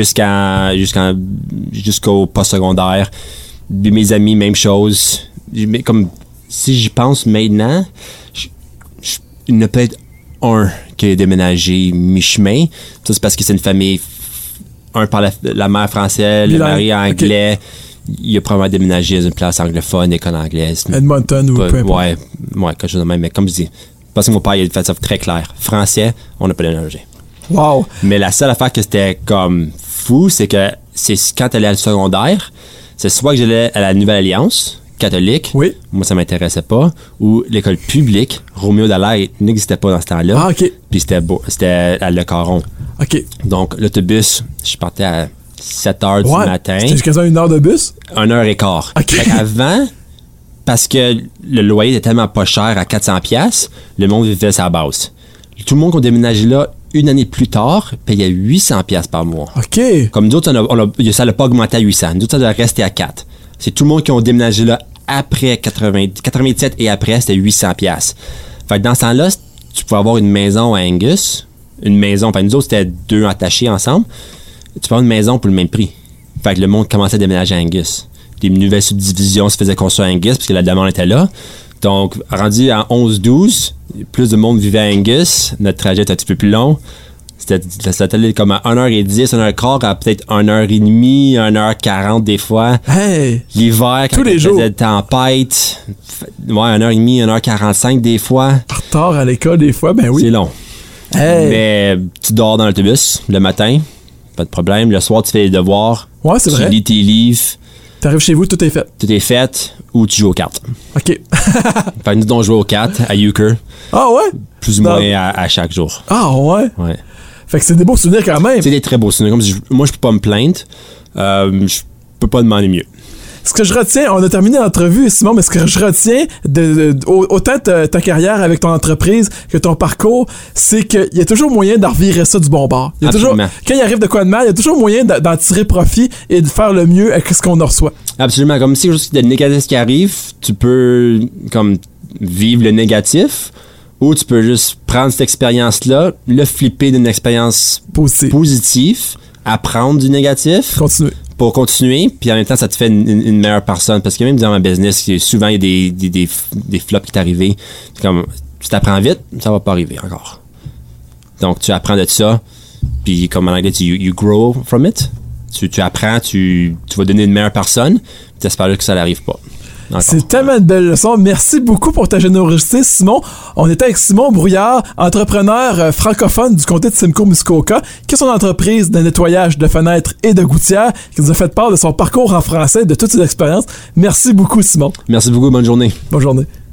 Jusqu'au post-secondaire. Mes amis, même chose. Comme si j'y pense maintenant, il y en a peut-être un qui a déménagé mi-chemin. Ça, c'est parce que c'est une famille. Un par la mère française, le mari anglais. Okay. Il a probablement déménagé dans une place anglophone, école anglaise. Edmonton ou peu importe. Ouais, quelque chose de même. Mais comme je dis, parce que mon père, il a fait ça très clair. Français, on n'a pas déménagé. Wow! Mais la seule affaire que c'était comme fou, c'est que quand elle allait à le secondaire, c'est soit que j'allais à la Nouvelle Alliance catholique, oui. Moi ça m'intéressait pas, ou l'école publique, Roméo Dallaire n'existait pas dans ce temps-là. Ah, OK. Puis c'était à Le Caron. OK. Donc l'autobus, je partais à 7h du matin. C'était quasiment 1 heure de bus? 1h15. OK. Fait qu'avant, parce que le loyer était tellement pas cher à 400$, le monde vivait sa base. Tout le monde qui a déménagé là, une année plus tard, payait 800$ par mois. OK. Comme nous autres, ça n'a pas augmenté à 800$. Nous autres, ça doit rester à 4$. C'est tout le monde qui a déménagé là après 97 et après, c'était 800$. Fait que dans ce temps-là, tu pouvais avoir une maison à Angus. Une maison, nous autres, c'était 2 attachés ensemble. Tu peux avoir une maison pour le même prix. Fait que le monde commençait à déménager à Angus. Des nouvelles subdivisions se faisaient construire à Angus parce que la demande était là. Donc, rendu à 11-12, plus de monde vivait à Angus. Notre trajet était un petit peu plus long. C'était comme à 1h10, 1h15, à peut-être 1h30, 1h40 des fois. Hey! L'hiver, quand tous les il jours. faisait tempête, 1h30, 1h45 des fois. En retard à l'école, des fois, ben oui. C'est long. Hey! Mais tu dors dans l'autobus le matin, pas de problème. Le soir, tu fais les devoirs. Ouais, c'est vrai. Tu lis tes livres. T'arrives chez vous, tout est fait. Tout est fait, ou tu joues aux cartes. OK. Fait que nous, on joue aux cartes à Euchre, Ah ouais? plus ou moins à chaque jour. Ah ouais? Ouais. Fait que c'est des beaux souvenirs quand même. C'est des très beaux souvenirs. Moi, je peux pas me plaindre. Je peux pas demander mieux. Ce que je retiens, on a terminé l'entrevue, Simon, mais ce que je retiens autant ta carrière avec ton entreprise que ton parcours, c'est qu'il y a toujours moyen d'en revirer ça du bon bord. Il y a toujours, quand il arrive de quoi de mal, il y a toujours moyen d'en tirer profit et de faire le mieux avec ce qu'on en reçoit. Absolument. Comme si quelque chose de négatif qui arrive, tu peux comme vivre le négatif, ou tu peux juste prendre cette expérience-là, le flipper d'une expérience positive, apprendre du négatif. Pour continuer, puis en même temps, ça te fait une meilleure personne. Parce que même dans ma business, souvent, il y a des flops qui t'arrivent. Comme, tu t'apprends vite, ça va pas arriver encore. Donc, tu apprends de ça, puis comme en anglais, you grow from it. Tu apprends, tu vas donner une meilleure personne, puis t'espères que ça n'arrive pas. Encore. C'est tellement de belles leçons. Merci beaucoup pour ta générosité, Simon. On était avec Simon Brouillard, entrepreneur francophone du comté de Simcoe-Muskoka, qui a son entreprise de nettoyage de fenêtres et de gouttières, qui nous a fait part de son parcours en français, de toutes ses expériences. Merci beaucoup, Simon. Merci beaucoup. Bonne journée. Bonne journée.